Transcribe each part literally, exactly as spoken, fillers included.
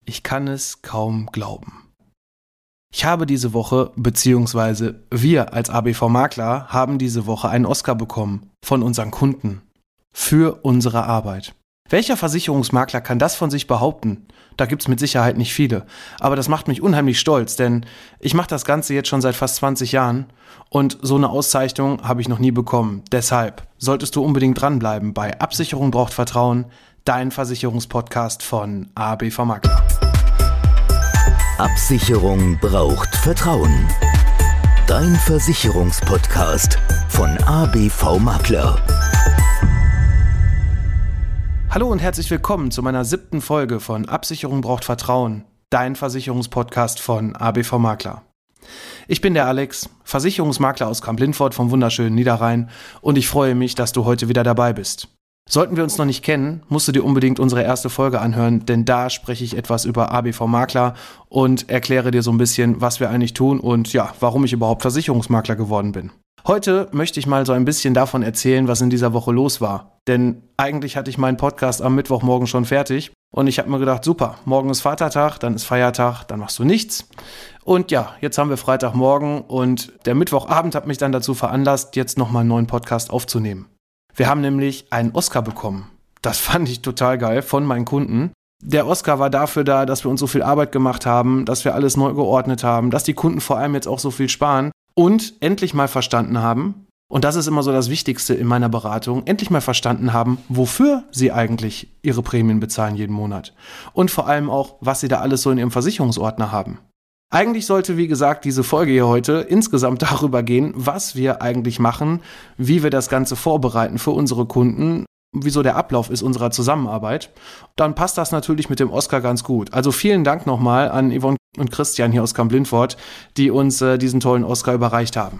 Ich kann es kaum glauben. Ich habe diese Woche, beziehungsweise wir als A B V-Makler haben diese Woche einen Oscar bekommen von unseren Kunden für unsere Arbeit. Welcher Versicherungsmakler kann das von sich behaupten? Da gibt's mit Sicherheit nicht viele. Aber das macht mich unheimlich stolz, denn ich mache das Ganze jetzt schon seit fast zwanzig Jahren und so eine Auszeichnung habe ich noch nie bekommen. Deshalb solltest du unbedingt dranbleiben bei Absicherung braucht Vertrauen, dein Versicherungspodcast von A B V-Makler. Absicherung braucht Vertrauen. Dein Versicherungspodcast von A B V-Makler. Hallo und herzlich willkommen zu meiner siebten Folge von Absicherung braucht Vertrauen, dein Versicherungspodcast von A B V-Makler. Ich bin der Alex, Versicherungsmakler aus Kamp-Lintfort vom wunderschönen Niederrhein und ich freue mich, dass du heute wieder dabei bist. Sollten wir uns noch nicht kennen, musst du dir unbedingt unsere erste Folge anhören, denn da spreche ich etwas über A B V-Makler und erkläre dir so ein bisschen, was wir eigentlich tun und ja, warum ich überhaupt Versicherungsmakler geworden bin. Heute möchte ich mal so ein bisschen davon erzählen, was in dieser Woche los war. Denn eigentlich hatte ich meinen Podcast am Mittwochmorgen schon fertig und ich habe mir gedacht, super, morgen ist Vatertag, dann ist Feiertag, dann machst du nichts. Und ja, jetzt haben wir Freitagmorgen und der Mittwochabend hat mich dann dazu veranlasst, jetzt nochmal einen neuen Podcast aufzunehmen. Wir haben nämlich einen Oscar bekommen. Das fand ich total geil von meinen Kunden. Der Oscar war dafür da, dass wir uns so viel Arbeit gemacht haben, dass wir alles neu geordnet haben, dass die Kunden vor allem jetzt auch so viel sparen und endlich mal verstanden haben, und das ist immer so das Wichtigste in meiner Beratung, endlich mal verstanden haben, wofür sie eigentlich ihre Prämien bezahlen jeden Monat. Und vor allem auch, was sie da alles so in ihrem Versicherungsordner haben. Eigentlich sollte, wie gesagt, diese Folge hier heute insgesamt darüber gehen, was wir eigentlich machen, wie wir das Ganze vorbereiten für unsere Kunden, wieso der Ablauf ist unserer Zusammenarbeit. Dann passt das natürlich mit dem Oscar ganz gut. Also vielen Dank nochmal an Yvonne und Christian hier aus Kamp-Lintfort, die uns äh, diesen tollen Oscar überreicht haben.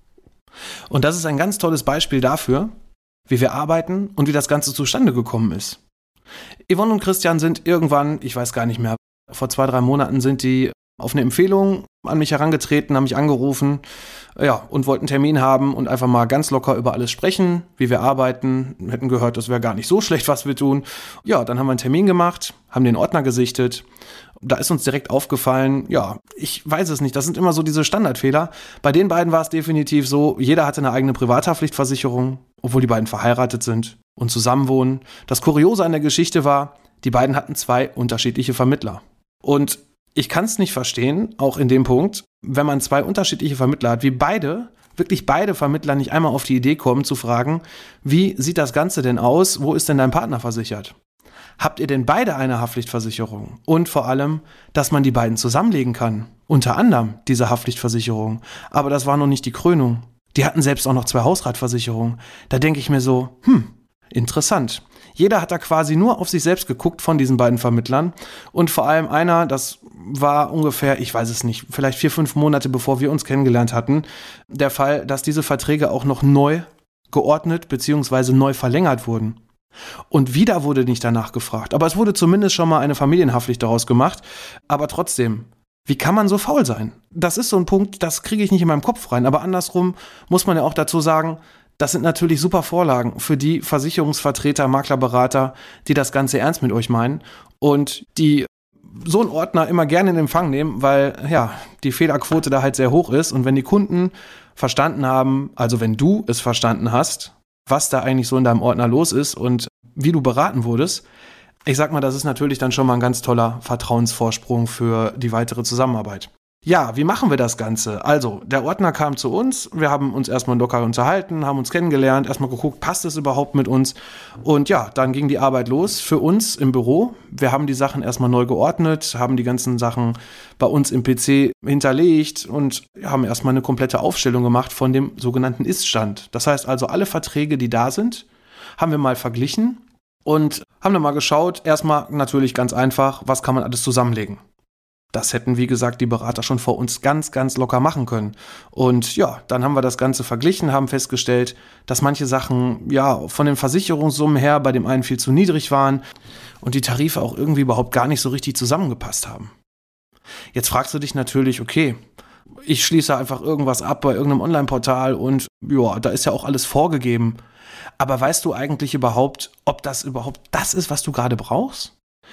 Und das ist ein ganz tolles Beispiel dafür, wie wir arbeiten und wie das Ganze zustande gekommen ist. Yvonne und Christian sind irgendwann, ich weiß gar nicht mehr, vor zwei, drei Monaten sind die auf eine Empfehlung an mich herangetreten, haben mich angerufen, ja, und wollten einen Termin haben und einfach mal ganz locker über alles sprechen, wie wir arbeiten. Wir hätten gehört, das wäre gar nicht so schlecht, was wir tun. Ja, dann haben wir einen Termin gemacht, haben den Ordner gesichtet. Da ist uns direkt aufgefallen, ja, ich weiß es nicht, das sind immer so diese Standardfehler. Bei den beiden war es definitiv so, jeder hatte eine eigene Privathaftpflichtversicherung, obwohl die beiden verheiratet sind und zusammenwohnen. Das Kuriose an der Geschichte war, die beiden hatten zwei unterschiedliche Vermittler. Und ich kann es nicht verstehen, auch in dem Punkt, wenn man zwei unterschiedliche Vermittler hat, wie beide, wirklich beide Vermittler nicht einmal auf die Idee kommen zu fragen, wie sieht das Ganze denn aus, wo ist denn dein Partner versichert? Habt ihr denn beide eine Haftpflichtversicherung? Und vor allem, dass man die beiden zusammenlegen kann. Unter anderem diese Haftpflichtversicherung. Aber das war noch nicht die Krönung. Die hatten selbst auch noch zwei Hausratversicherungen. Da denke ich mir so, hm, interessant. Jeder hat da quasi nur auf sich selbst geguckt von diesen beiden Vermittlern. Und vor allem einer, das war ungefähr, ich weiß es nicht, vielleicht vier, fünf Monate bevor wir uns kennengelernt hatten, der Fall, dass diese Verträge auch noch neu geordnet bzw. neu verlängert wurden. Und wieder wurde nicht danach gefragt. Aber es wurde zumindest schon mal eine Familienhaftpflicht daraus gemacht. Aber trotzdem, wie kann man so faul sein? Das ist so ein Punkt, das kriege ich nicht in meinem Kopf rein. Aber andersrum muss man ja auch dazu sagen, das sind natürlich super Vorlagen für die Versicherungsvertreter, Maklerberater, die das Ganze ernst mit euch meinen und die so einen Ordner immer gerne in Empfang nehmen, weil ja die Fehlerquote da halt sehr hoch ist. Und wenn die Kunden verstanden haben, also wenn du es verstanden hast, was da eigentlich so in deinem Ordner los ist und wie du beraten wurdest, ich sag mal, das ist natürlich dann schon mal ein ganz toller Vertrauensvorsprung für die weitere Zusammenarbeit. Ja, wie machen wir das Ganze? Also, der Ordner kam zu uns, wir haben uns erstmal locker unterhalten, haben uns kennengelernt, erstmal geguckt, passt es überhaupt mit uns? Und ja, dann ging die Arbeit los für uns im Büro. Wir haben die Sachen erstmal neu geordnet, haben die ganzen Sachen bei uns im P C hinterlegt und haben erstmal eine komplette Aufstellung gemacht von dem sogenannten Ist-Stand. Das heißt also, alle Verträge, die da sind, haben wir mal verglichen und haben dann mal geschaut, erstmal natürlich ganz einfach, was kann man alles zusammenlegen? Das hätten, wie gesagt, die Berater schon vor uns ganz, ganz locker machen können. Und ja, dann haben wir das Ganze verglichen, haben festgestellt, dass manche Sachen ja von den Versicherungssummen her bei dem einen viel zu niedrig waren und die Tarife auch irgendwie überhaupt gar nicht so richtig zusammengepasst haben. Jetzt fragst du dich natürlich, okay, ich schließe einfach irgendwas ab bei irgendeinem Online-Portal und ja, da ist ja auch alles vorgegeben. Aber weißt du eigentlich überhaupt, ob das überhaupt das ist, was du gerade brauchst?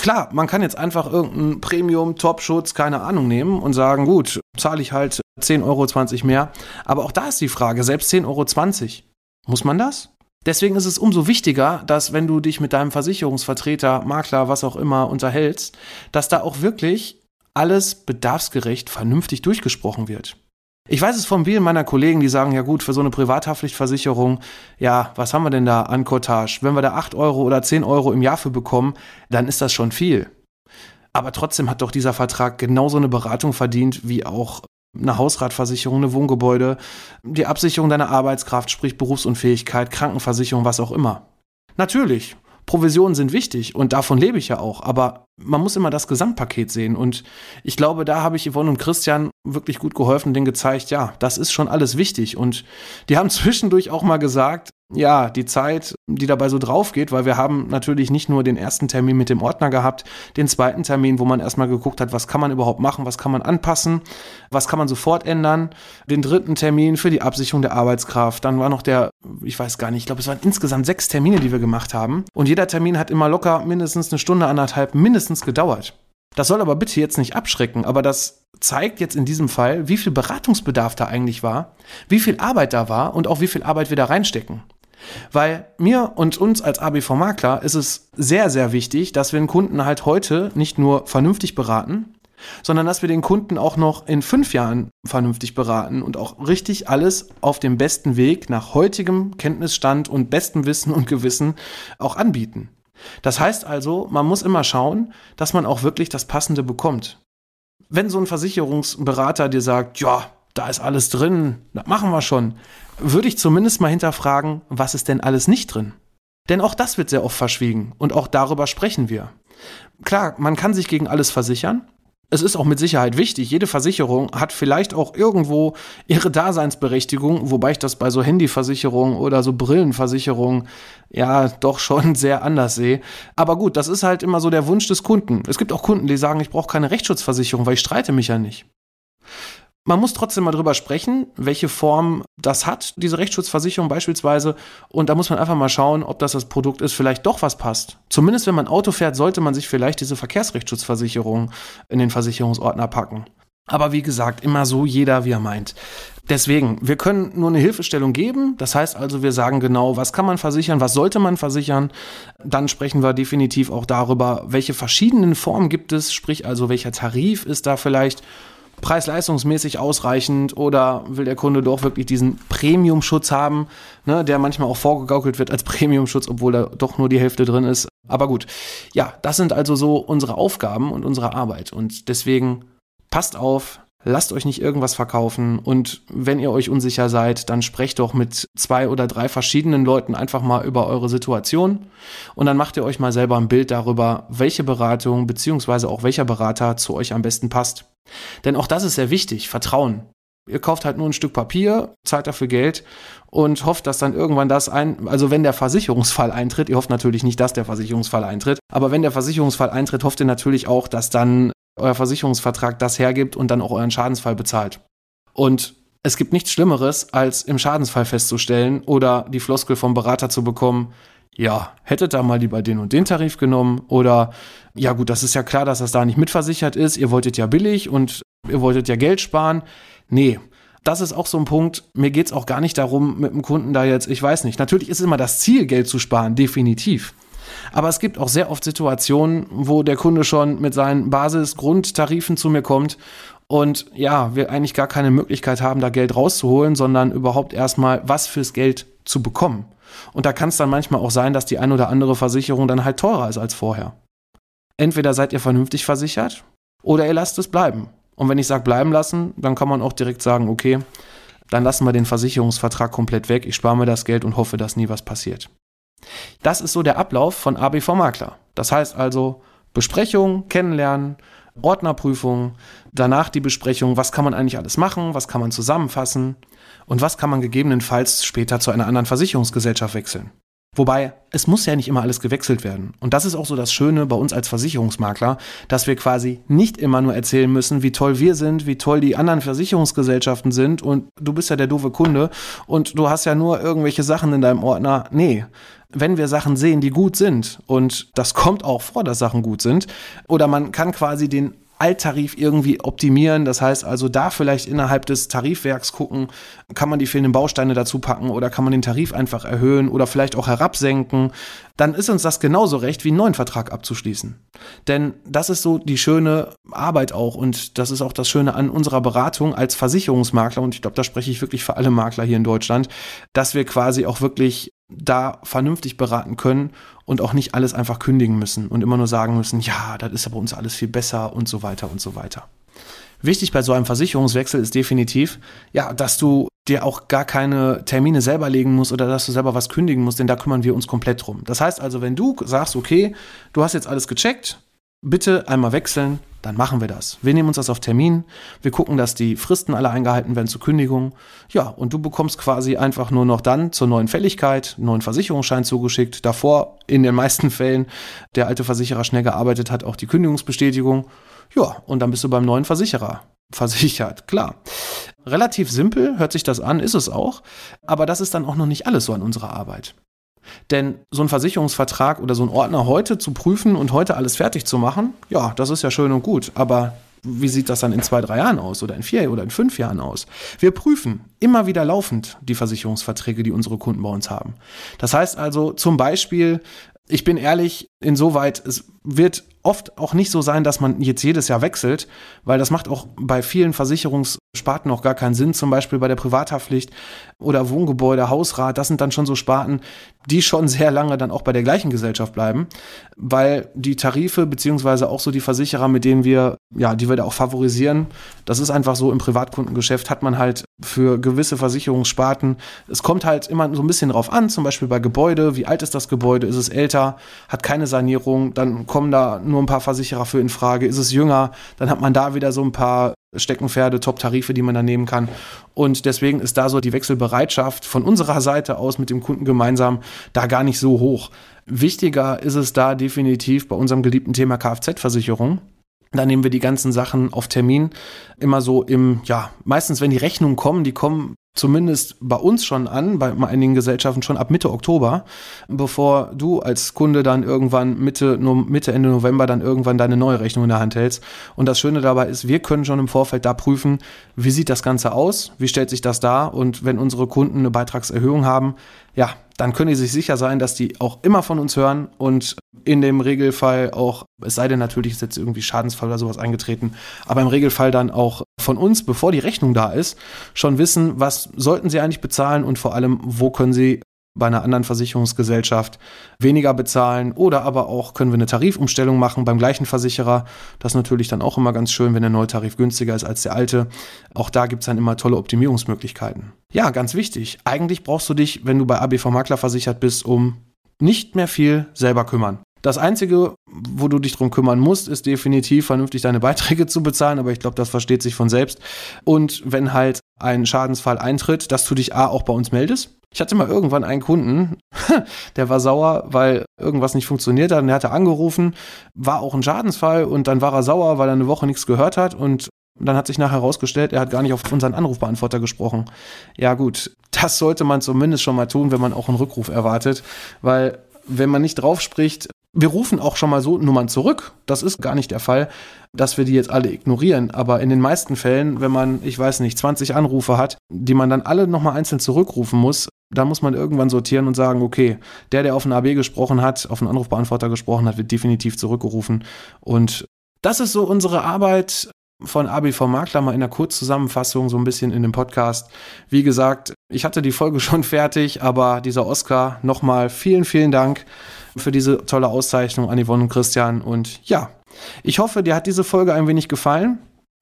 Klar, man kann jetzt einfach irgendeinen Premium, Top-Schutz, keine Ahnung, nehmen und sagen, gut, zahle ich halt zehn Euro zwanzig mehr. Aber auch da ist die Frage, selbst zehn Euro zwanzig, muss man das? Deswegen ist es umso wichtiger, dass wenn du dich mit deinem Versicherungsvertreter, Makler, was auch immer unterhältst, dass da auch wirklich alles bedarfsgerecht vernünftig durchgesprochen wird. Ich weiß es von vielen meiner Kollegen, die sagen, ja gut, für so eine Privathaftpflichtversicherung, ja, was haben wir denn da an Cottage? Wenn wir da acht Euro oder zehn Euro im Jahr für bekommen, dann ist das schon viel. Aber trotzdem hat doch dieser Vertrag genauso eine Beratung verdient, wie auch eine Hausratversicherung, eine Wohngebäude, die Absicherung deiner Arbeitskraft, sprich Berufsunfähigkeit, Krankenversicherung, was auch immer. Natürlich, Provisionen sind wichtig und davon lebe ich ja auch, aber man muss immer das Gesamtpaket sehen und ich glaube, da habe ich Yvonne und Christian wirklich gut geholfen, denen gezeigt, ja, das ist schon alles wichtig und die haben zwischendurch auch mal gesagt, ja, die Zeit, die dabei so drauf geht, weil wir haben natürlich nicht nur den ersten Termin mit dem Ordner gehabt, den zweiten Termin, wo man erstmal geguckt hat, was kann man überhaupt machen, was kann man anpassen, was kann man sofort ändern, den dritten Termin für die Absicherung der Arbeitskraft, dann war noch der, ich weiß gar nicht, ich glaube, es waren insgesamt sechs Termine, die wir gemacht haben und jeder Termin hat immer locker mindestens eine Stunde, anderthalb, mindestens gedauert. Das soll aber bitte jetzt nicht abschrecken, aber das zeigt jetzt in diesem Fall, wie viel Beratungsbedarf da eigentlich war, wie viel Arbeit da war und auch wie viel Arbeit wir da reinstecken. Weil mir und uns als A B V-Makler ist es sehr, sehr wichtig, dass wir den Kunden halt heute nicht nur vernünftig beraten, sondern dass wir den Kunden auch noch in fünf Jahren vernünftig beraten und auch richtig alles auf dem besten Weg nach heutigem Kenntnisstand und bestem Wissen und Gewissen auch anbieten. Das heißt also, man muss immer schauen, dass man auch wirklich das Passende bekommt. Wenn so ein Versicherungsberater dir sagt, ja, da ist alles drin, das machen wir schon, würde ich zumindest mal hinterfragen, was ist denn alles nicht drin? Denn auch das wird sehr oft verschwiegen und auch darüber sprechen wir. Klar, man kann sich gegen alles versichern. Es ist auch mit Sicherheit wichtig, jede Versicherung hat vielleicht auch irgendwo ihre Daseinsberechtigung, wobei ich das bei so Handyversicherungen oder so Brillenversicherungen ja doch schon sehr anders sehe. Aber gut, das ist halt immer so der Wunsch des Kunden. Es gibt auch Kunden, die sagen, ich brauche keine Rechtsschutzversicherung, weil ich streite mich ja nicht. Man muss trotzdem mal drüber sprechen, welche Form das hat, diese Rechtsschutzversicherung beispielsweise. Und da muss man einfach mal schauen, ob das das Produkt ist, vielleicht doch was passt. Zumindest wenn man Auto fährt, sollte man sich vielleicht diese Verkehrsrechtsschutzversicherung in den Versicherungsordner packen. Aber wie gesagt, immer so jeder, wie er meint. Deswegen, wir können nur eine Hilfestellung geben. Das heißt also, wir sagen genau, was kann man versichern, was sollte man versichern. Dann sprechen wir definitiv auch darüber, welche verschiedenen Formen gibt es, sprich also, welcher Tarif ist da vielleicht preis-leistungsmäßig ausreichend oder will der Kunde doch wirklich diesen Premium-Schutz haben, ne, der manchmal auch vorgegaukelt wird als Premium-Schutz, obwohl da doch nur die Hälfte drin ist. Aber gut, ja, das sind also so unsere Aufgaben und unsere Arbeit und deswegen passt auf, lasst euch nicht irgendwas verkaufen und wenn ihr euch unsicher seid, dann sprecht doch mit zwei oder drei verschiedenen Leuten einfach mal über eure Situation und dann macht ihr euch mal selber ein Bild darüber, welche Beratung bzw. auch welcher Berater zu euch am besten passt. Denn auch das ist sehr wichtig, Vertrauen. Ihr kauft halt nur ein Stück Papier, zahlt dafür Geld und hofft, dass dann irgendwann das ein, also wenn der Versicherungsfall eintritt, ihr hofft natürlich nicht, dass der Versicherungsfall eintritt, aber wenn der Versicherungsfall eintritt, hofft ihr natürlich auch, dass dann euer Versicherungsvertrag das hergibt und dann auch euren Schadensfall bezahlt. Und es gibt nichts Schlimmeres, als im Schadensfall festzustellen oder die Floskel vom Berater zu bekommen, ja, hättet da mal lieber den und den Tarif genommen oder ja gut, das ist ja klar, dass das da nicht mitversichert ist, ihr wolltet ja billig und ihr wolltet ja Geld sparen. Nee, das ist auch so ein Punkt, mir geht's auch gar nicht darum, mit dem Kunden da jetzt, ich weiß nicht, natürlich ist immer das Ziel, Geld zu sparen, definitiv. Aber es gibt auch sehr oft Situationen, wo der Kunde schon mit seinen Basis-Grundtarifen zu mir kommt und ja, wir eigentlich gar keine Möglichkeit haben, da Geld rauszuholen, sondern überhaupt erstmal was fürs Geld zu bekommen. Und da kann es dann manchmal auch sein, dass die ein oder andere Versicherung dann halt teurer ist als vorher. Entweder seid ihr vernünftig versichert oder ihr lasst es bleiben. Und wenn ich sage bleiben lassen, dann kann man auch direkt sagen, okay, dann lassen wir den Versicherungsvertrag komplett weg, ich spare mir das Geld und hoffe, dass nie was passiert. Das ist so der Ablauf von A B V-Makler. Das heißt also Besprechung, Kennenlernen, Ordnerprüfung, danach die Besprechung, was kann man eigentlich alles machen, was kann man zusammenfassen und was kann man gegebenenfalls später zu einer anderen Versicherungsgesellschaft wechseln. Wobei, es muss ja nicht immer alles gewechselt werden. Und das ist auch so das Schöne bei uns als Versicherungsmakler, dass wir quasi nicht immer nur erzählen müssen, wie toll wir sind, wie toll die anderen Versicherungsgesellschaften sind und du bist ja der doofe Kunde und du hast ja nur irgendwelche Sachen in deinem Ordner. Nee, wenn wir Sachen sehen, die gut sind, und das kommt auch vor, dass Sachen gut sind, oder man kann quasi den Alttarif irgendwie optimieren, das heißt also da vielleicht innerhalb des Tarifwerks gucken, kann man die fehlenden Bausteine dazu packen oder kann man den Tarif einfach erhöhen oder vielleicht auch herabsenken, dann ist uns das genauso recht, wie einen neuen Vertrag abzuschließen. Denn das ist so die schöne Arbeit auch, und das ist auch das Schöne an unserer Beratung als Versicherungsmakler, und ich glaube, da spreche ich wirklich für alle Makler hier in Deutschland, dass wir quasi auch wirklich da vernünftig beraten können und auch nicht alles einfach kündigen müssen und immer nur sagen müssen, ja, das ist ja bei uns alles viel besser und so weiter und so weiter. Wichtig bei so einem Versicherungswechsel ist definitiv, ja, dass du dir auch gar keine Termine selber legen musst oder dass du selber was kündigen musst, denn da kümmern wir uns komplett drum. Das heißt also, wenn du sagst, okay, du hast jetzt alles gecheckt, bitte einmal wechseln, dann machen wir das. Wir nehmen uns das auf Termin, wir gucken, dass die Fristen alle eingehalten werden zur Kündigung. Ja, und du bekommst quasi einfach nur noch dann zur neuen Fälligkeit einen neuen Versicherungsschein zugeschickt. Davor in den meisten Fällen der alte Versicherer schnell gearbeitet hat, auch die Kündigungsbestätigung. Ja, und dann bist du beim neuen Versicherer versichert, klar. Relativ simpel hört sich das an, ist es auch, aber das ist dann auch noch nicht alles so an unserer Arbeit. Denn so ein Versicherungsvertrag oder so ein Ordner heute zu prüfen und heute alles fertig zu machen, ja, das ist ja schön und gut, aber wie sieht das dann in zwei, drei Jahren aus oder in vier oder in fünf Jahren aus? Wir prüfen immer wieder laufend die Versicherungsverträge, die unsere Kunden bei uns haben. Das heißt also zum Beispiel, ich bin ehrlich, insoweit, es wird oft auch nicht so sein, dass man jetzt jedes Jahr wechselt, weil das macht auch bei vielen Versicherungssparten auch gar keinen Sinn, zum Beispiel bei der Privathaftpflicht oder Wohngebäude, Hausrat, das sind dann schon so Sparten, die schon sehr lange dann auch bei der gleichen Gesellschaft bleiben, weil die Tarife beziehungsweise auch so die Versicherer, mit denen wir, ja, die wir da auch favorisieren, das ist einfach so, im Privatkundengeschäft hat man halt für gewisse Versicherungssparten, es kommt halt immer so ein bisschen drauf an, zum Beispiel bei Gebäude, wie alt ist das Gebäude, ist es älter, hat keine Sanierung, dann kommen da nur ein paar Versicherer für in Frage, ist es jünger, dann hat man da wieder so ein paar Steckenpferde, Top-Tarife, die man da nehmen kann. Und deswegen ist da so die Wechselbereitschaft von unserer Seite aus mit dem Kunden gemeinsam da gar nicht so hoch. Wichtiger ist es da definitiv bei unserem geliebten Thema Kfz-Versicherung. Da nehmen wir die ganzen Sachen auf Termin immer so im, ja, meistens wenn die Rechnungen kommen, die kommen zumindest bei uns schon an, bei einigen Gesellschaften schon ab Mitte Oktober, bevor du als Kunde dann irgendwann Mitte, Mitte, Ende November dann irgendwann deine neue Rechnung in der Hand hältst. Und das Schöne dabei ist, wir können schon im Vorfeld da prüfen, wie sieht das Ganze aus, wie stellt sich das dar, und wenn unsere Kunden eine Beitragserhöhung haben, ja, dann können die sich sicher sein, dass die auch immer von uns hören und in dem Regelfall auch, es sei denn natürlich ist jetzt irgendwie Schadensfall oder sowas eingetreten, aber im Regelfall dann auch von uns, bevor die Rechnung da ist, schon wissen, was sollten sie eigentlich bezahlen und vor allem, wo können sie bei einer anderen Versicherungsgesellschaft weniger bezahlen, oder aber auch können wir eine Tarifumstellung machen beim gleichen Versicherer. Das ist natürlich dann auch immer ganz schön, wenn der neue Tarif günstiger ist als der alte. Auch da gibt es dann immer tolle Optimierungsmöglichkeiten. Ja, ganz wichtig. Eigentlich brauchst du dich, wenn du bei A B V Makler versichert bist, um nicht mehr viel selber kümmern. Das Einzige, wo du dich drum kümmern musst, ist definitiv vernünftig deine Beiträge zu bezahlen, aber ich glaube, das versteht sich von selbst. Und wenn halt ein Schadensfall eintritt, dass du dich A auch bei uns meldest. Ich hatte mal irgendwann einen Kunden, der war sauer, weil irgendwas nicht funktioniert hat, und er hatte angerufen, war auch ein Schadensfall, und dann war er sauer, weil er eine Woche nichts gehört hat, und dann hat sich nachher herausgestellt, er hat gar nicht auf unseren Anrufbeantworter gesprochen. Ja gut, das sollte man zumindest schon mal tun, wenn man auch einen Rückruf erwartet, weil wenn man nicht drauf spricht, wir rufen auch schon mal so Nummern zurück. Das ist gar nicht der Fall, dass wir die jetzt alle ignorieren. Aber in den meisten Fällen, wenn man, ich weiß nicht, zwanzig Anrufe hat, die man dann alle nochmal einzeln zurückrufen muss, da muss man irgendwann sortieren und sagen, okay, der, der auf einen A B gesprochen hat, auf einen Anrufbeantworter gesprochen hat, wird definitiv zurückgerufen. Und das ist so unsere Arbeit von A B V Makler, mal in einer Kurzzusammenfassung so ein bisschen in dem Podcast. Wie gesagt, ich hatte die Folge schon fertig, aber dieser Oscar, nochmal vielen, vielen Dank für diese tolle Auszeichnung an Yvonne und Christian. Und ja, ich hoffe, dir hat diese Folge ein wenig gefallen.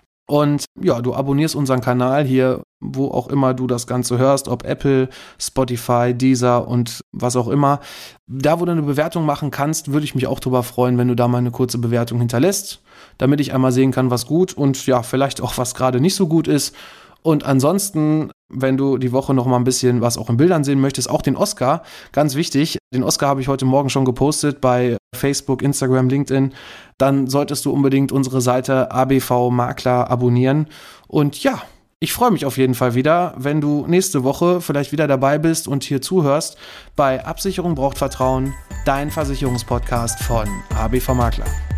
Und ja, du abonnierst unseren Kanal hier, wo auch immer du das Ganze hörst, ob Apple, Spotify, Deezer und was auch immer. Da, wo du eine Bewertung machen kannst, würde ich mich auch drüber freuen, wenn du da mal eine kurze Bewertung hinterlässt, damit ich einmal sehen kann, was gut und ja, vielleicht auch was gerade nicht so gut ist. Und ansonsten, wenn du die Woche noch mal ein bisschen was auch in Bildern sehen möchtest, auch den Oscar, ganz wichtig, den Oscar habe ich heute Morgen schon gepostet bei Facebook, Instagram, LinkedIn, dann solltest du unbedingt unsere Seite A B V Makler abonnieren. Und ja, Ich freue mich auf jeden Fall wieder, wenn du nächste Woche vielleicht wieder dabei bist und hier zuhörst bei Absicherung braucht Vertrauen, dein Versicherungspodcast von A B V Makler.